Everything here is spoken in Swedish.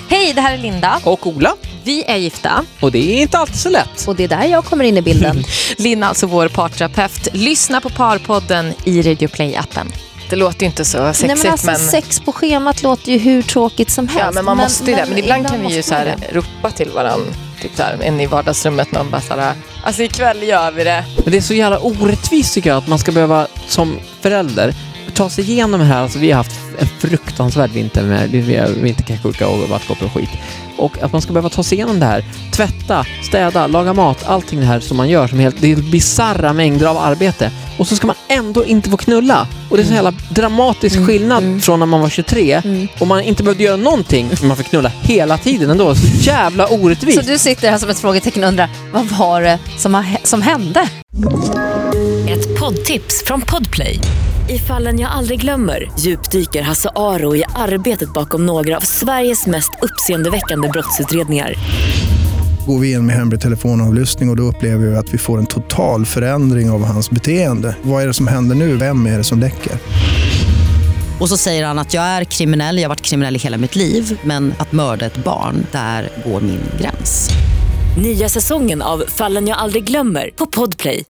Hej, det här är Linda. Och Ola. Vi är gifta. Och det är inte alltid så lätt. Och det är där jag kommer in i bilden. Linda, alltså vår parterapeut. Lyssna på Parpodden i Radio Play-appen. Det låter ju inte så sexigt. Nej, men alltså, sex på schemat låter ju hur tråkigt som helst. Ja, men man måste ju det. Men ibland kan vi ju så här ropa till varandra. Typ så här, en i vardagsrummet. Någon bara så här, alltså ikväll gör vi det. Men det är så jävla orättvist tycker jag att man ska behöva som förälder ta sig igenom det här. Alltså vi har haft en fruktansvärd vinter med vinterkräksjuka och vattkoppor och skit. Och att man ska behöva ta sig igenom det här. Tvätta, städa, laga mat, allting det här som man gör som helt, det är bizarra mängder av arbete. Och så ska man ändå inte få knulla. Och det är så jävla dramatisk skillnad från när man var 23 och man inte behövde göra någonting men man får knulla hela tiden ändå. Så jävla orättvist. Så du sitter här som ett frågetecken och undrar, vad var det som hände? Ett poddtips från Podplay. I Fallen jag aldrig glömmer djupdyker Hasse Aro i arbetet bakom några av Sveriges mest uppseendeväckande brottsutredningar. Går vi in med hemlig telefonavlyssning och då upplever vi att vi får en total förändring av hans beteende. Vad är det som händer nu? Vem är det som läcker? Och så säger han att jag är kriminell, jag har varit kriminell i hela mitt liv. Men att mörda ett barn, där går min gräns. Nya säsongen av Fallen jag aldrig glömmer på Podplay.